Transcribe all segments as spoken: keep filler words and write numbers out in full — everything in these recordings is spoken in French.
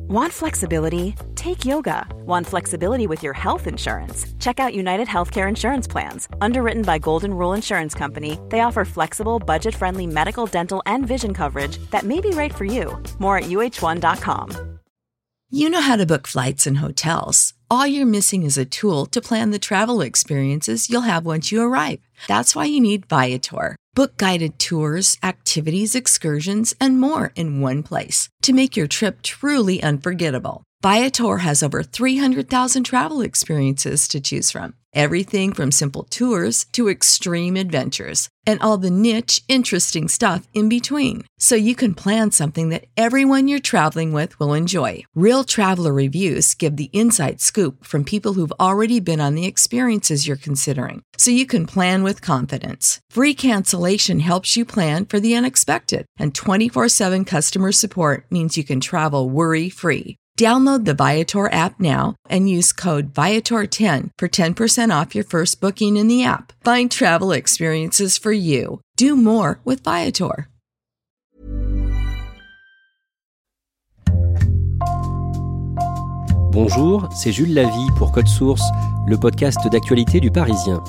Want flexibility? Take yoga. Want flexibility with your health insurance? Check out United Healthcare Insurance Plans. Underwritten by Golden Rule Insurance Company, they offer flexible, budget-friendly medical, dental, and vision coverage that may be right for you. More at U H one dot com. You know how to book flights and hotels. All you're missing is a tool to plan the travel experiences you'll have once you arrive. That's why you need Viator. Book guided tours, activities, excursions, and more in one place to make your trip truly unforgettable. Viator has over three hundred thousand travel experiences to choose from. Everything from simple tours to extreme adventures and all the niche, interesting stuff in between. So you can plan something that everyone you're traveling with will enjoy. Real traveler reviews give the inside scoop from people who've already been on the experiences you're considering. So you can plan with confidence. Free cancellation helps you plan for the unexpected. And twenty-four seven customer support means you can travel worry-free. Download the Viator app now and use code Viator ten for ten percent off your first booking in the app. Find travel experiences for you. Do more with Viator. Bonjour, c'est Jules Lavie pour Code Source, le podcast d'actualité du Parisien.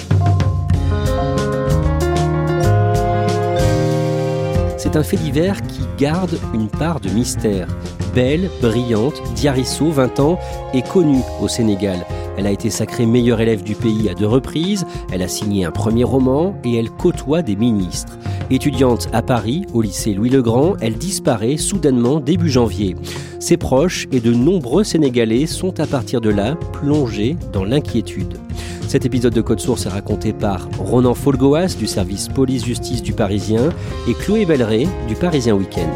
C'est un fait divers qui garde une part de mystère. Belle, brillante, Diary Sow, vingt ans, est connue au Sénégal. Elle a été sacrée meilleure élève du pays à deux reprises, elle a signé un premier roman et elle côtoie des ministres. Étudiante à Paris, au lycée Louis-le-Grand, elle disparaît soudainement début janvier. Ses proches et de nombreux Sénégalais sont à partir de là plongés dans l'inquiétude. Cet épisode de Code Source est raconté par Ronan Folgoas du service police-justice du Parisien et Chloé Belleret du Parisien Week-end.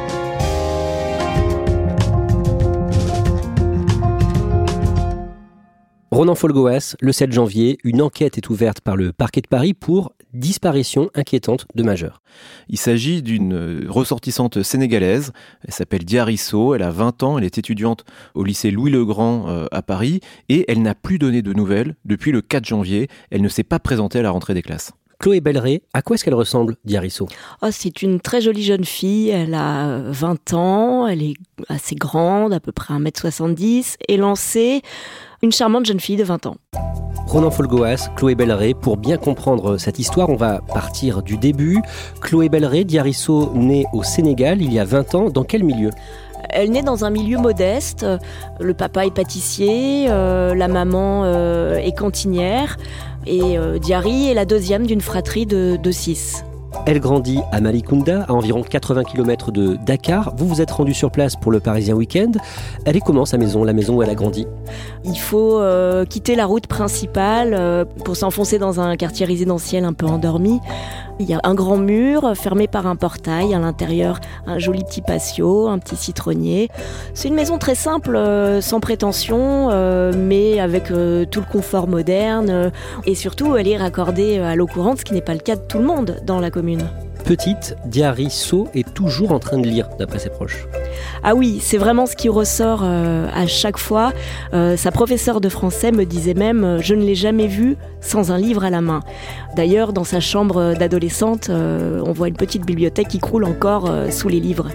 Ronan Folgoas, le sept janvier, une enquête est ouverte par le parquet de Paris pour disparition inquiétante de majeurs. Il s'agit d'une ressortissante sénégalaise, elle s'appelle Diary Sow, elle a vingt ans, elle est étudiante au lycée Louis-le-Grand euh, à Paris et elle n'a plus donné de nouvelles depuis le quatre janvier, elle ne s'est pas présentée à la rentrée des classes. Chloé Belleret, à quoi est-ce qu'elle ressemble, Diary Sow ? Oh, c'est une très jolie jeune fille, elle a vingt ans, elle est assez grande, à peu près un mètre soixante-dix, élancée, une charmante jeune fille de vingt ans. Ronan Folgoas, Chloé Belleret, pour bien comprendre cette histoire, on va partir du début. Chloé Belleret, Diary Sow, née au Sénégal il y a vingt ans, dans quel milieu ? Elle naît dans un milieu modeste, le papa est pâtissier, euh, la maman euh, est cantinière et euh, Diary est la deuxième d'une fratrie de, de six. Elle grandit à Malicounda, à environ quatre-vingts kilomètres de Dakar. Vous vous êtes rendu sur place pour le Parisien Week-end. Elle est comment sa maison, la maison où elle a grandi ? Il faut euh, quitter la route principale euh, pour s'enfoncer dans un quartier résidentiel un peu endormi. Il y a un grand mur fermé par un portail. À l'intérieur, un joli petit patio, un petit citronnier. C'est une maison très simple, euh, sans prétention, euh, mais avec euh, tout le confort moderne. Euh, et surtout, elle est raccordée à l'eau courante, ce qui n'est pas le cas de tout le monde dans la commune. Petite, Diary Sow est toujours en train de lire, d'après ses proches. Ah oui, c'est vraiment ce qui ressort euh, à chaque fois. Euh, sa professeure de français me disait même euh, « Je ne l'ai jamais vue sans un livre à la main ». D'ailleurs, dans sa chambre d'adolescente, euh, on voit une petite bibliothèque qui croule encore euh, sous les livres.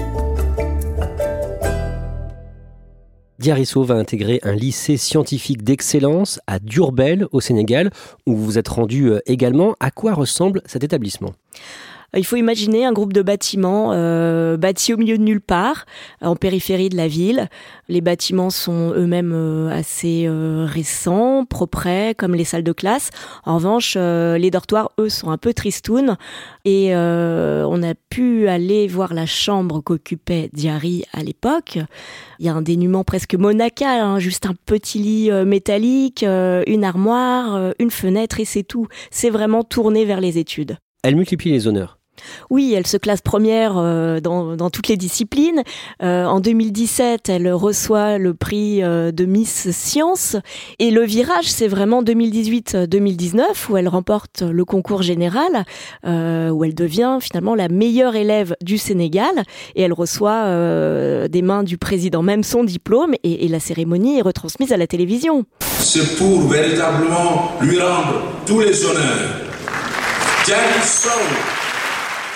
Diary Sow va intégrer un lycée scientifique d'excellence à Diourbel, au Sénégal, où vous vous êtes rendu également. À quoi ressemble cet établissement ? Il faut imaginer un groupe de bâtiments euh, bâtis au milieu de nulle part, en périphérie de la ville. Les bâtiments sont eux-mêmes euh, assez euh, récents, propres, comme les salles de classe. En revanche, euh, les dortoirs, eux, sont un peu tristounes. Et euh, on a pu aller voir la chambre qu'occupait Diary à l'époque. Il y a un dénuement presque monacal, hein, juste un petit lit euh, métallique, euh, une armoire, euh, une fenêtre et c'est tout. C'est vraiment tourné vers les études. Elle multiplie les honneurs. Oui, elle se classe première euh, dans, dans toutes les disciplines. Euh, en deux mille dix-sept, elle reçoit le prix euh, de Miss Science. Et le virage, c'est vraiment deux mille dix-huit deux mille dix-neuf, où elle remporte le concours général, euh, où elle devient finalement la meilleure élève du Sénégal. Et elle reçoit euh, des mains du président même son diplôme. Et, et la cérémonie est retransmise à la télévision. C'est pour véritablement lui rendre tous les honneurs. Diary Sow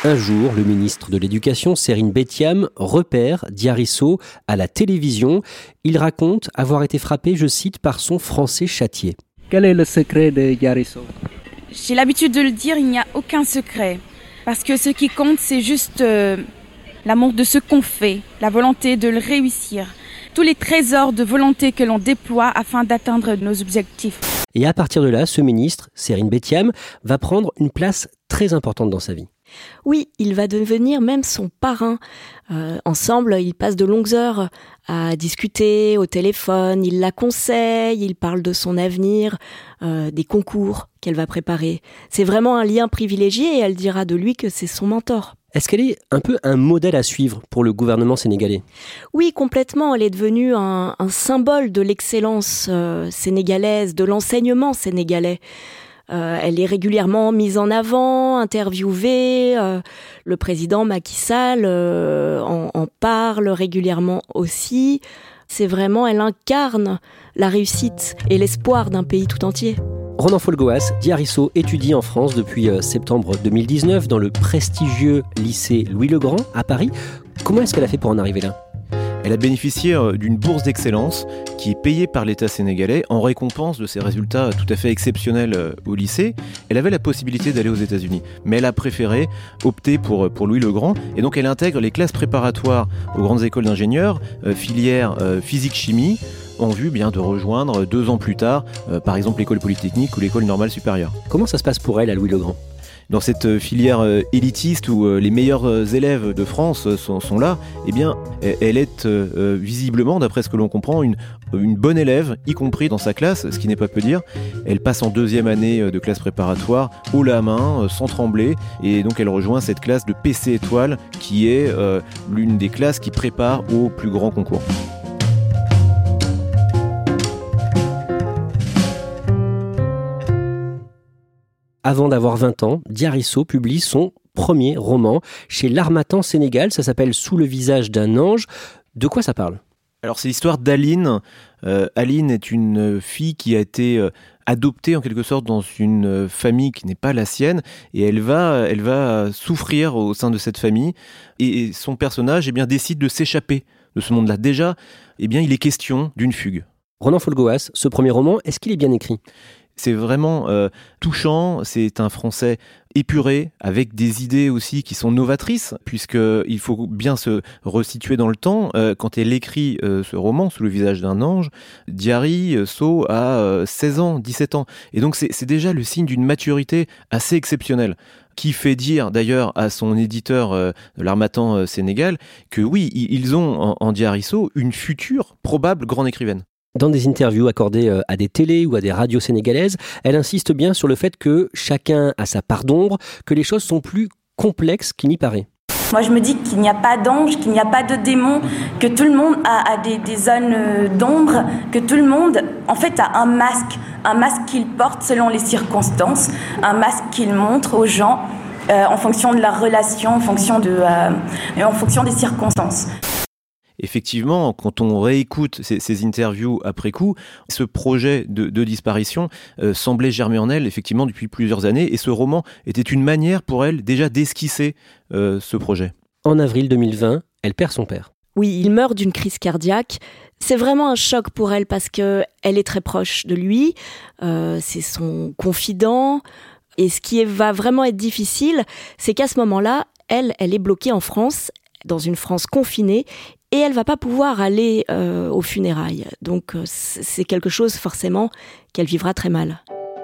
Un jour, le ministre de l'Éducation, Serine Bethiam, repère Diarisso à la télévision. Il raconte avoir été frappé, je cite, par son français châtié. Quel est le secret de Diarisso ? J'ai l'habitude de le dire, il n'y a aucun secret. Parce que ce qui compte, c'est juste euh, l'amour de ce qu'on fait, la volonté de le réussir. Tous les trésors de volonté que l'on déploie afin d'atteindre nos objectifs. Et à partir de là, ce ministre, Serine Bethiam, va prendre une place très importante dans sa vie. Oui, il va devenir même son parrain. Euh, ensemble, ils passent de longues heures à discuter au téléphone, il la conseille, il parle de son avenir, euh, des concours qu'elle va préparer. C'est vraiment un lien privilégié et elle dira de lui que c'est son mentor. Est-ce qu'elle est un peu un modèle à suivre pour le gouvernement sénégalais ? Oui, complètement. Elle est devenue un, un symbole de l'excellence euh, sénégalaise, de l'enseignement sénégalais. Euh, elle est régulièrement mise en avant, interviewée. Euh, le président Macky Sall euh, en, en parle régulièrement aussi. C'est vraiment, elle incarne la réussite et l'espoir d'un pays tout entier. Ronan Folgoas, Diarisso étudie en France depuis euh, septembre deux mille dix-neuf dans le prestigieux lycée Louis-le-Grand à Paris. Comment est-ce qu'elle a fait pour en arriver là ? Elle a bénéficié d'une bourse d'excellence qui est payée par l'État sénégalais en récompense de ses résultats tout à fait exceptionnels au lycée. Elle avait la possibilité d'aller aux États-Unis, mais elle a préféré opter pour, pour Louis-le-Grand. Et donc elle intègre les classes préparatoires aux grandes écoles d'ingénieurs, euh, filière euh, physique-chimie, en vue bien de rejoindre deux ans plus tard, euh, par exemple l'école polytechnique ou l'école normale supérieure. Comment ça se passe pour elle à Louis-le-Grand ? Dans cette filière élitiste où les meilleurs élèves de France sont, sont là, eh bien, elle est euh, visiblement, d'après ce que l'on comprend, une, une bonne élève, y compris dans sa classe, ce qui n'est pas peu dire. Elle passe en deuxième année de classe préparatoire, haut la main, sans trembler, et donc elle rejoint cette classe de P C Étoile, qui est euh, l'une des classes qui prépare au plus grand concours. Avant d'avoir vingt ans, Diarisso publie son premier roman chez l'Harmattan Sénégal. Ça s'appelle « Sous le visage d'un ange ». De quoi ça parle ? Alors c'est l'histoire d'Aline. Euh, Aline est une fille qui a été euh, adoptée en quelque sorte dans une famille qui n'est pas la sienne, et elle va, elle va souffrir au sein de cette famille. Et son personnage eh bien, décide de s'échapper de ce monde-là. Déjà, eh bien, il est question d'une fugue. Ronan Folgoas, ce premier roman, est-ce qu'il est bien écrit ? C'est vraiment euh, touchant, c'est un français épuré, avec des idées aussi qui sont novatrices, puisqu'il faut bien se resituer dans le temps. Euh, quand elle écrit euh, ce roman, Sous le visage d'un ange, Diarisso a euh, seize ans, dix-sept ans. Et donc c'est, c'est déjà le signe d'une maturité assez exceptionnelle, qui fait dire d'ailleurs à son éditeur euh, de l'Harmattan euh, Sénégal que oui, ils ont en, en Diarisso une future probable grande écrivaine. Dans des interviews accordées à des télés ou à des radios sénégalaises, elle insiste bien sur le fait que chacun a sa part d'ombre, que les choses sont plus complexes qu'il n'y paraît. Moi, je me dis qu'il n'y a pas d'ange, qu'il n'y a pas de démon, que tout le monde a, a des, des zones d'ombre, que tout le monde, en fait, a un masque, un masque qu'il porte selon les circonstances, un masque qu'il montre aux gens euh, en fonction de la relation, en fonction, de, euh, en fonction des circonstances. Effectivement, quand on réécoute ces, ces interviews après coup, ce projet de, de disparition euh, semblait germer en elle effectivement depuis plusieurs années, et ce roman était une manière pour elle déjà d'esquisser euh, ce projet. En avril deux mille vingt, elle perd son père. Oui, il meurt d'une crise cardiaque. C'est vraiment un choc pour elle parce que elle est très proche de lui, euh, c'est son confident. Et ce qui va vraiment être difficile, c'est qu'à ce moment-là, elle, elle est bloquée en France, dans une France confinée, et elle va pas pouvoir aller euh, aux funérailles. Donc c'est quelque chose forcément qu'elle vivra très mal.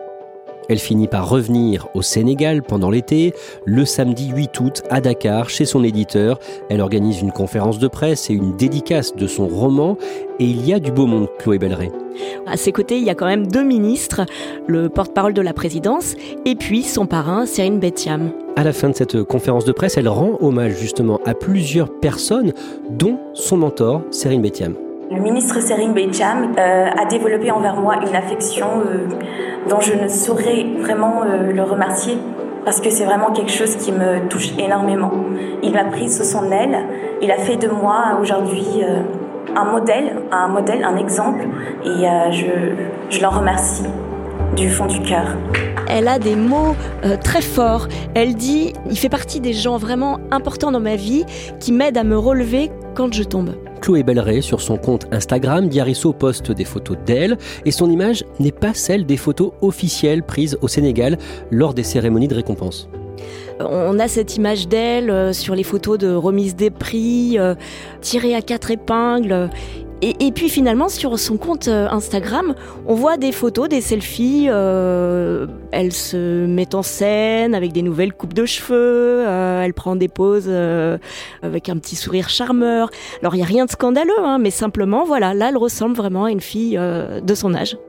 Elle finit par revenir au Sénégal pendant l'été, le samedi huit août à Dakar, chez son éditeur. Elle organise une conférence de presse et une dédicace de son roman. Et il y a du beau monde, Chloé Belleret. À ses côtés, il y a quand même deux ministres, le porte-parole de la présidence et puis son parrain, Serine Bethiam. À la fin de cette conférence de presse, elle rend hommage justement à plusieurs personnes, dont son mentor, Serine Bethiam. Le ministre Serine Bethiam euh, a développé envers moi une affection euh, dont je ne saurais vraiment euh, le remercier, parce que c'est vraiment quelque chose qui me touche énormément. Il m'a pris sous son aile, il a fait de moi aujourd'hui euh, un modèle, un modèle, un exemple, et euh, je, je l'en remercie du fond du cœur. Elle a des mots euh, très forts. Elle dit « Il fait partie des gens vraiment importants dans ma vie qui m'aident à me relever quand je tombe ». Chloé Belleret, sur son compte Instagram, Diarisso poste des photos d'elle et son image n'est pas celle des photos officielles prises au Sénégal lors des cérémonies de récompense. On a cette image d'elle euh, sur les photos de remise des prix, euh, tirée à quatre épingles. Et, et puis finalement, sur son compte Instagram, on voit des photos, des selfies. Euh, elle se met en scène avec des nouvelles coupes de cheveux. Euh, elle prend des poses euh, avec un petit sourire charmeur. Alors, il n'y a rien de scandaleux, hein, mais simplement, voilà, là, elle ressemble vraiment à une fille euh, de son âge.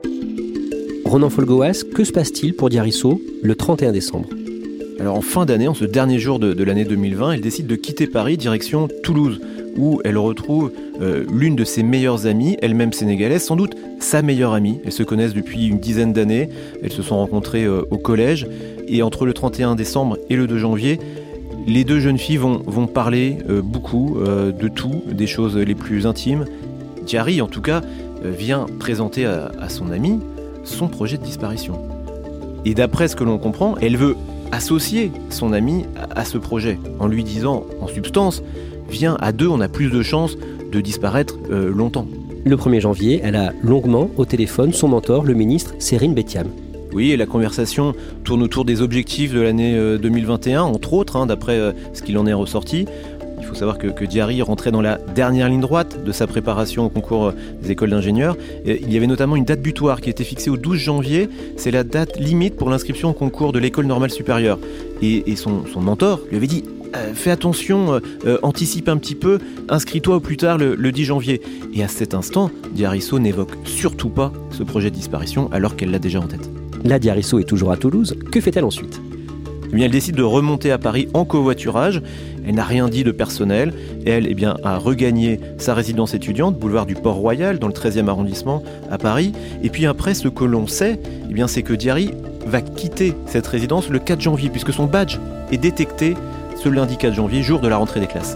Ronan Folgoas, que se passe-t-il pour Diarisso le trente et un décembre ? Alors, en fin d'année, en ce dernier jour de, de l'année deux mille vingt, elle décide de quitter Paris, direction Toulouse, où elle retrouve euh, l'une de ses meilleures amies, elle-même sénégalaise, sans doute sa meilleure amie. Elles se connaissent depuis une dizaine d'années, elles se sont rencontrées euh, au collège, et entre le trente et un décembre et le deux janvier, les deux jeunes filles vont, vont parler euh, beaucoup euh, de tout, des choses les plus intimes. Diary, en tout cas, euh, vient présenter à, à son amie son projet de disparition. Et d'après ce que l'on comprend, elle veut associer son amie à, à ce projet, en lui disant, en substance, viens, à deux, on a plus de chances de disparaître euh, longtemps. Le premier janvier, elle a longuement au téléphone son mentor, le ministre Serine Bethiam. Oui, et la conversation tourne autour des objectifs de l'année euh, deux mille vingt et un, entre autres, hein, d'après euh, ce qu'il en est ressorti. Il faut savoir que, que Diary rentrait dans la dernière ligne droite de sa préparation au concours euh, des écoles d'ingénieurs. Et il y avait notamment une date butoir qui était fixée au douze janvier. C'est la date limite pour l'inscription au concours de l'école normale supérieure. Et, et son, son mentor lui avait dit Euh, fais attention, euh, euh, anticipe un petit peu, inscris-toi au plus tard le, le dix janvier. Et à cet instant, Diarisso n'évoque surtout pas ce projet de disparition alors qu'elle l'a déjà en tête. La Diarisso est toujours à Toulouse. Que fait-elle ensuite ? Eh bien, elle décide de remonter à Paris en covoiturage. Elle n'a rien dit de personnel. Elle eh bien, a regagné sa résidence étudiante, boulevard du Port-Royal, dans le treizième arrondissement à Paris. Et puis après, ce que l'on sait, eh bien, c'est que Diary va quitter cette résidence le quatre janvier, puisque son badge est détecté ce lundi quatre janvier, jour de la rentrée des classes.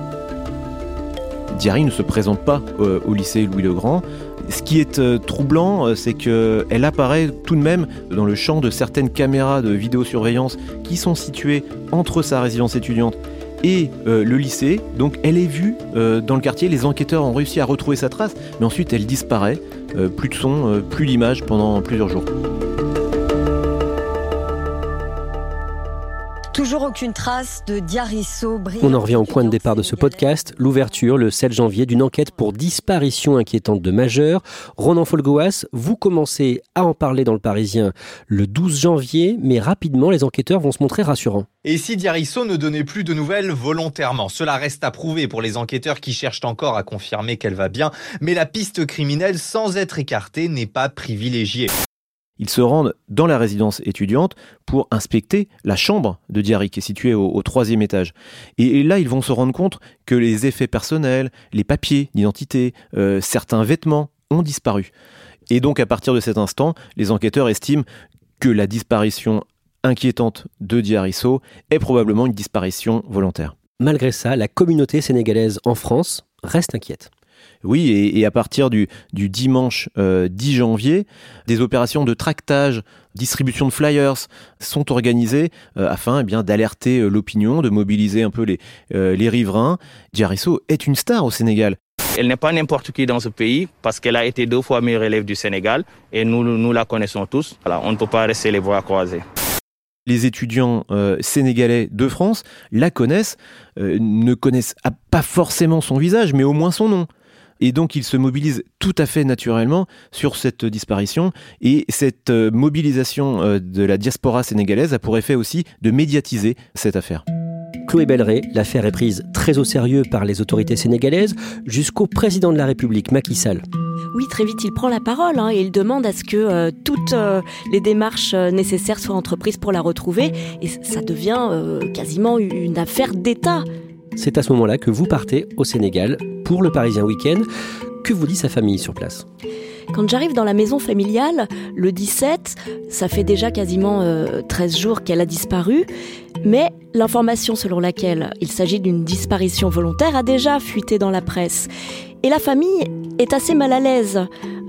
Diary ne se présente pas euh, au lycée Louis-le-Grand. Ce qui est euh, troublant, euh, c'est qu'elle apparaît tout de même dans le champ de certaines caméras de vidéosurveillance qui sont situées entre sa résidence étudiante et euh, le lycée. Donc elle est vue euh, dans le quartier, les enquêteurs ont réussi à retrouver sa trace, mais ensuite elle disparaît, euh, plus de son, euh, plus d'image pendant plusieurs jours. Toujours aucune trace de Diarisso. On en revient au point de départ de ce podcast, l'ouverture le sept janvier d'une enquête pour disparition inquiétante de majeurs. Ronan Folgoas, vous commencez à en parler dans Le Parisien le douze janvier, mais rapidement les enquêteurs vont se montrer rassurants. Et si Diarisso ne donnait plus de nouvelles volontairement ? Cela reste à prouver pour les enquêteurs qui cherchent encore à confirmer qu'elle va bien, mais la piste criminelle, sans être écartée, n'est pas privilégiée. Ils se rendent dans la résidence étudiante pour inspecter la chambre de Diary qui est située au, au troisième étage. Et, et là, ils vont se rendre compte que les effets personnels, les papiers d'identité, euh, certains vêtements ont disparu. Et donc, à partir de cet instant, les enquêteurs estiment que la disparition inquiétante de Diarisso est probablement une disparition volontaire. Malgré ça, la communauté sénégalaise en France reste inquiète. Oui, et, et à partir du, du dimanche euh, dix janvier, des opérations de tractage, distribution de flyers sont organisées euh, afin eh bien, d'alerter euh, l'opinion, de mobiliser un peu les, euh, les riverains. Diarisso est une star au Sénégal. Elle n'est pas n'importe qui dans ce pays parce qu'elle a été deux fois meilleure élève du Sénégal et nous, nous la connaissons tous. Voilà, on ne peut pas rester les bras croisés. Les étudiants euh, sénégalais de France la connaissent, euh, ne connaissent pas forcément son visage, mais au moins son nom. Et donc, ils se mobilisent tout à fait naturellement sur cette disparition. Et cette euh, mobilisation euh, de la diaspora sénégalaise a pour effet aussi de médiatiser cette affaire. Chloé Belleret, l'affaire est prise très au sérieux par les autorités sénégalaises jusqu'au président de la République, Macky Sall. Oui, très vite, il prend la parole hein, et il demande à ce que euh, toutes euh, les démarches euh, nécessaires soient entreprises pour la retrouver. Et ça devient euh, quasiment une affaire d'État. C'est à ce moment-là que vous partez au Sénégal pour le Parisien Week-end. Que vous dit sa famille sur place ? Quand j'arrive dans la maison familiale, le dix-sept, ça fait déjà quasiment euh, treize jours qu'elle a disparu, mais l'information selon laquelle il s'agit d'une disparition volontaire a déjà fuité dans la presse. Et la famille est assez mal à l'aise.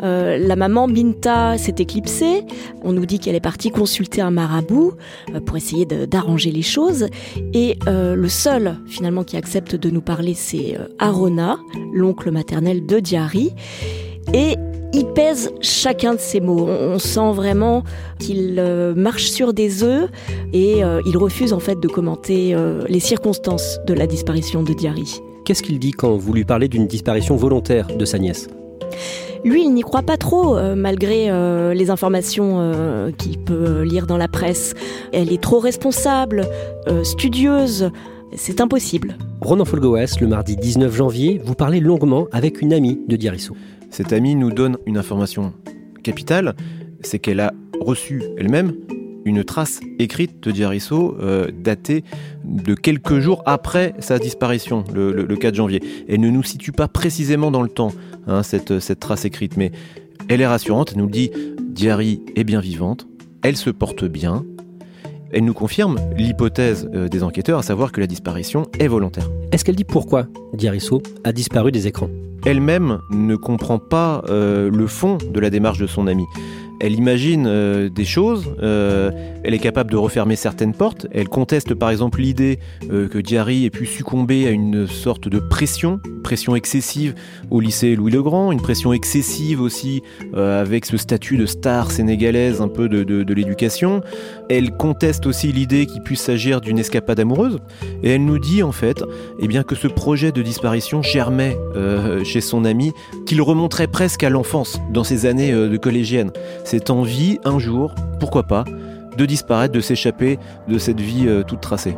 Euh, la maman Binta s'est éclipsée. On nous dit qu'elle est partie consulter un marabout euh, pour essayer de, d'arranger les choses. Et euh, le seul, finalement, qui accepte de nous parler, c'est euh, Arona, l'oncle maternel de Diary. Et il pèse chacun de ses mots. On sent vraiment qu'il euh, marche sur des œufs et euh, il refuse en fait de commenter euh, les circonstances de la disparition de Diary. Qu'est-ce qu'il dit quand vous lui parlez d'une disparition volontaire de sa nièce ? Lui, il n'y croit pas trop, euh, malgré euh, les informations euh, qu'il peut lire dans la presse. Elle est trop responsable, euh, studieuse. C'est impossible. Ronan Folgoas, le mardi dix-neuf janvier, vous parlez longuement avec une amie de Diarisso. Cette amie nous donne une information capitale, c'est qu'elle a reçu elle-même une trace écrite de Diarisso euh, datée de quelques jours après sa disparition, le, le, le quatre janvier. Elle ne nous situe pas précisément dans le temps, hein, cette, cette trace écrite, mais elle est rassurante, elle nous dit « Diary est bien vivante, elle se porte bien ». Elle nous confirme l'hypothèse euh, des enquêteurs, à savoir que la disparition est volontaire. Est-ce qu'elle dit pourquoi Diarisso a disparu des écrans ? Elle-même ne comprend pas euh, le fond de la démarche de son amie. Elle imagine euh, des choses, euh, elle est capable de refermer certaines portes, elle conteste par exemple l'idée euh, que Diary ait pu succomber à une sorte de pression, pression excessive au lycée Louis-le-Grand, une pression excessive aussi euh, avec ce statut de star sénégalaise un peu de, de, de l'éducation. Elle conteste aussi l'idée qu'il puisse s'agir d'une escapade amoureuse, et elle nous dit en fait eh bien, que ce projet de disparition germait euh, chez son ami, qu'il remonterait presque à l'enfance, dans ses années euh, de collégienne. Cette envie, un jour, pourquoi pas, de disparaître, de s'échapper de cette vie euh, toute tracée.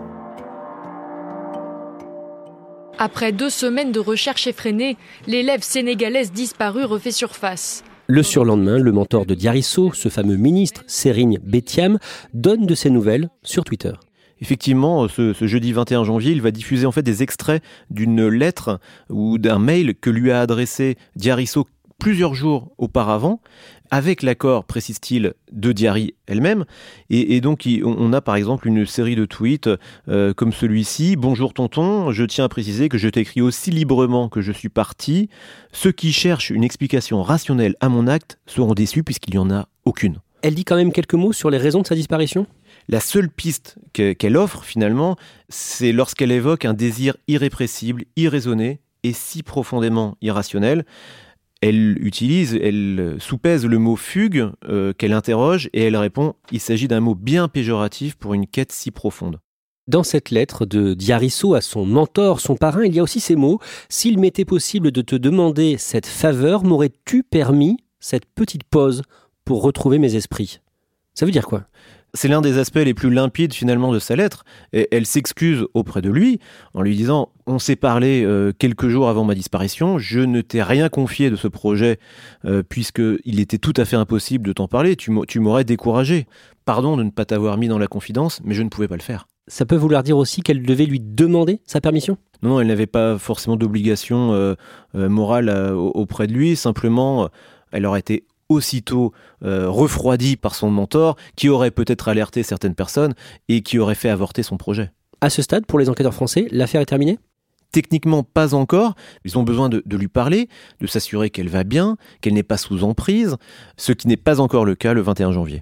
Après deux semaines de recherche effrénée, l'élève sénégalaise disparue refait surface. Le surlendemain, le mentor de Diarisso, ce fameux ministre, Serigne Bethiam, donne de ses nouvelles sur Twitter. Effectivement, ce, ce jeudi vingt et un janvier, il va diffuser en fait des extraits d'une lettre ou d'un mail que lui a adressé Diarisso plusieurs jours auparavant, avec l'accord, précise-t-il, de Diary elle-même. Et, et donc, on a par exemple une série de tweets euh, comme celui-ci. « Bonjour tonton, je tiens à préciser que je t'écris aussi librement que je suis parti. Ceux qui cherchent une explication rationnelle à mon acte seront déçus puisqu'il n'y en a aucune. » Elle dit quand même quelques mots sur les raisons de sa disparition ? La seule piste que, qu'elle offre, finalement, c'est lorsqu'elle évoque un désir irrépressible, irraisonné et si profondément irrationnel. Elle utilise, elle soupèse le mot fugue euh, qu'elle interroge et elle répond « Il s'agit d'un mot bien péjoratif pour une quête si profonde ». Dans cette lettre de Diarisso à son mentor, son parrain, il y a aussi ces mots « S'il m'était possible de te demander cette faveur, m'aurais-tu permis cette petite pause pour retrouver mes esprits ?» Ça veut dire quoi ? C'est l'un des aspects les plus limpides finalement de sa lettre. Et elle s'excuse auprès de lui en lui disant « On s'est parlé euh, quelques jours avant ma disparition, je ne t'ai rien confié de ce projet euh, puisqu'il était tout à fait impossible de t'en parler, tu, tu m'aurais découragé. Pardon de ne pas t'avoir mis dans la confidence, mais je ne pouvais pas le faire. » Ça peut vouloir dire aussi qu'elle devait lui demander sa permission ? Non, non, elle n'avait pas forcément d'obligation euh, euh, morale euh, auprès de lui, simplement elle aurait été aussitôt euh, refroidi par son mentor, qui aurait peut-être alerté certaines personnes et qui aurait fait avorter son projet. À ce stade, pour les enquêteurs français, l'affaire est terminée ? Techniquement, pas encore. Ils ont besoin de, de lui parler, de s'assurer qu'elle va bien, qu'elle n'est pas sous emprise, ce qui n'est pas encore le cas le vingt et un janvier.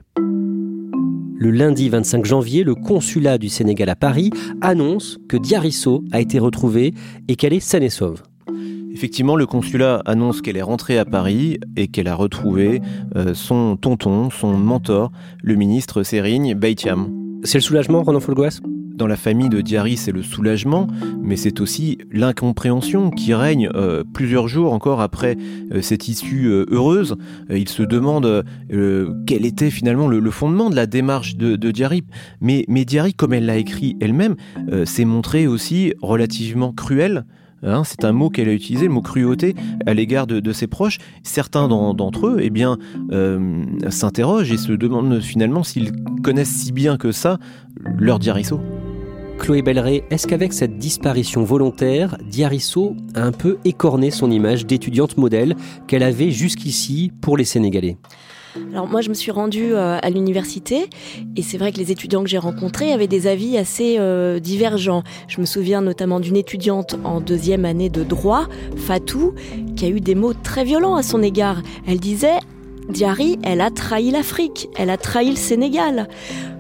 Le lundi vingt-cinq janvier, le consulat du Sénégal à Paris annonce que Diarisso a été retrouvée et qu'elle est saine et sauve. Effectivement, le consulat annonce qu'elle est rentrée à Paris et qu'elle a retrouvé euh, son tonton, son mentor, le ministre Serigne Bethiam. C'est le soulagement, Ronan Folgoas ? Dans la famille de Diary, c'est le soulagement, mais c'est aussi l'incompréhension qui règne euh, plusieurs jours encore après euh, cette issue euh, heureuse. Euh, il se demande euh, quel était finalement le, le fondement de la démarche de, de Diary. Mais, mais Diary, comme elle l'a écrit elle-même, euh, s'est montrée aussi relativement cruelle. Hein, c'est un mot qu'elle a utilisé, le mot cruauté, à l'égard de, de ses proches. Certains dans, d'entre eux eh bien, euh, s'interrogent et se demandent finalement s'ils connaissent si bien que ça leur Diarisso. Chloé Belleret, est-ce qu'avec cette disparition volontaire, Diarisso a un peu écorné son image d'étudiante modèle qu'elle avait jusqu'ici pour les Sénégalais ? Alors moi, je me suis rendue euh, à l'université et c'est vrai que les étudiants que j'ai rencontrés avaient des avis assez euh, divergents. Je me souviens notamment d'une étudiante en deuxième année de droit, Fatou, qui a eu des mots très violents à son égard. Elle disait « Diary, elle a trahi l'Afrique, elle a trahi le Sénégal ». Pourquoi ?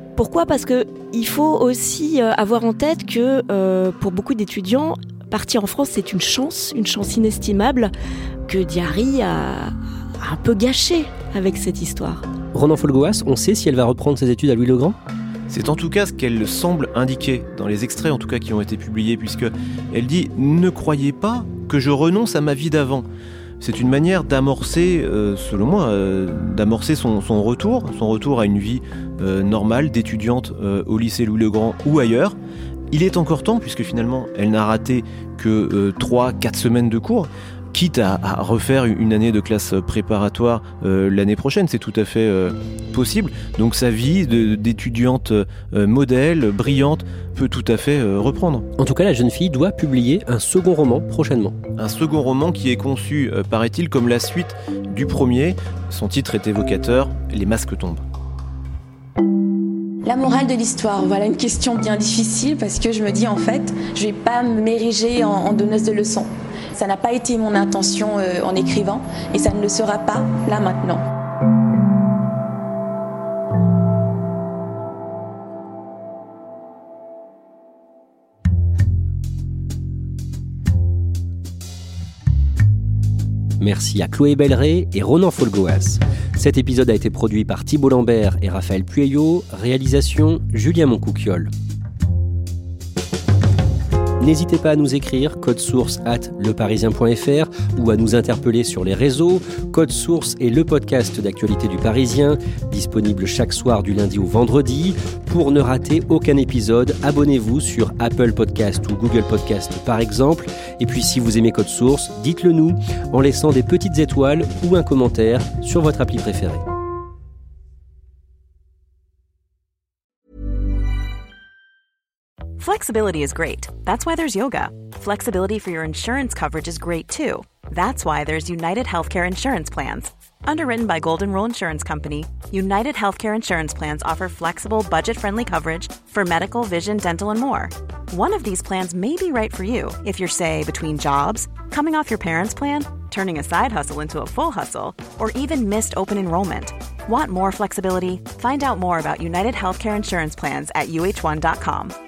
Parce qu'il faut aussi euh, avoir en tête que euh, pour beaucoup d'étudiants, partir en France, c'est une chance, une chance inestimable que Diary a un peu gâché avec cette histoire. Ronan Folgoas, on sait si elle va reprendre ses études à Louis-le-Grand ? C'est en tout cas ce qu'elle semble indiquer dans les extraits en tout cas qui ont été publiés, puisque elle dit « Ne croyez pas que je renonce à ma vie d'avant ». C'est une manière d'amorcer, euh, selon moi, euh, d'amorcer son, son retour, son retour à une vie euh, normale d'étudiante euh, au lycée Louis-le-Grand ou ailleurs. Il est encore temps, puisque finalement, elle n'a raté que trois quatre semaines de cours, quitte à, à refaire une année de classe préparatoire euh, l'année prochaine, c'est tout à fait euh, possible. Donc sa vie de, d'étudiante euh, modèle, brillante, peut tout à fait euh, reprendre. En tout cas, la jeune fille doit publier un second roman prochainement. Un second roman qui est conçu, euh, paraît-il, comme la suite du premier. Son titre est évocateur, « Les masques tombent ». La morale de l'histoire, voilà une question bien difficile parce que je me dis en fait, je vais pas m'ériger en, en donneuse de leçons. Ça n'a pas été mon intention euh, en écrivant et ça ne le sera pas là maintenant. Merci à Chloé Belleret et Ronan Folgoas. Cet épisode a été produit par Thibault Lambert et Raphaël Pueyo. Réalisation, Julien Moncouquiol. N'hésitez pas à nous écrire code source arobase leparisien point f r ou à nous interpeller sur les réseaux. Code Source est le podcast d'actualité du Parisien, disponible chaque soir du lundi au vendredi. Pour ne rater aucun épisode, abonnez-vous sur Apple Podcast ou Google Podcast par exemple. Et puis si vous aimez Code Source, dites-le nous en laissant des petites étoiles ou un commentaire sur votre appli préférée. Flexibility is great. That's why there's yoga. Flexibility for your insurance coverage is great too. That's why there's United Healthcare Insurance Plans. Underwritten by Golden Rule Insurance Company, United Healthcare Insurance Plans offer flexible, budget-friendly coverage for medical, vision, dental, and more. One of these plans may be right for you if you're, say, between jobs, coming off your parents' plan, turning a side hustle into a full hustle, or even missed open enrollment. Want more flexibility? Find out more about United Healthcare Insurance Plans at U H one dot com.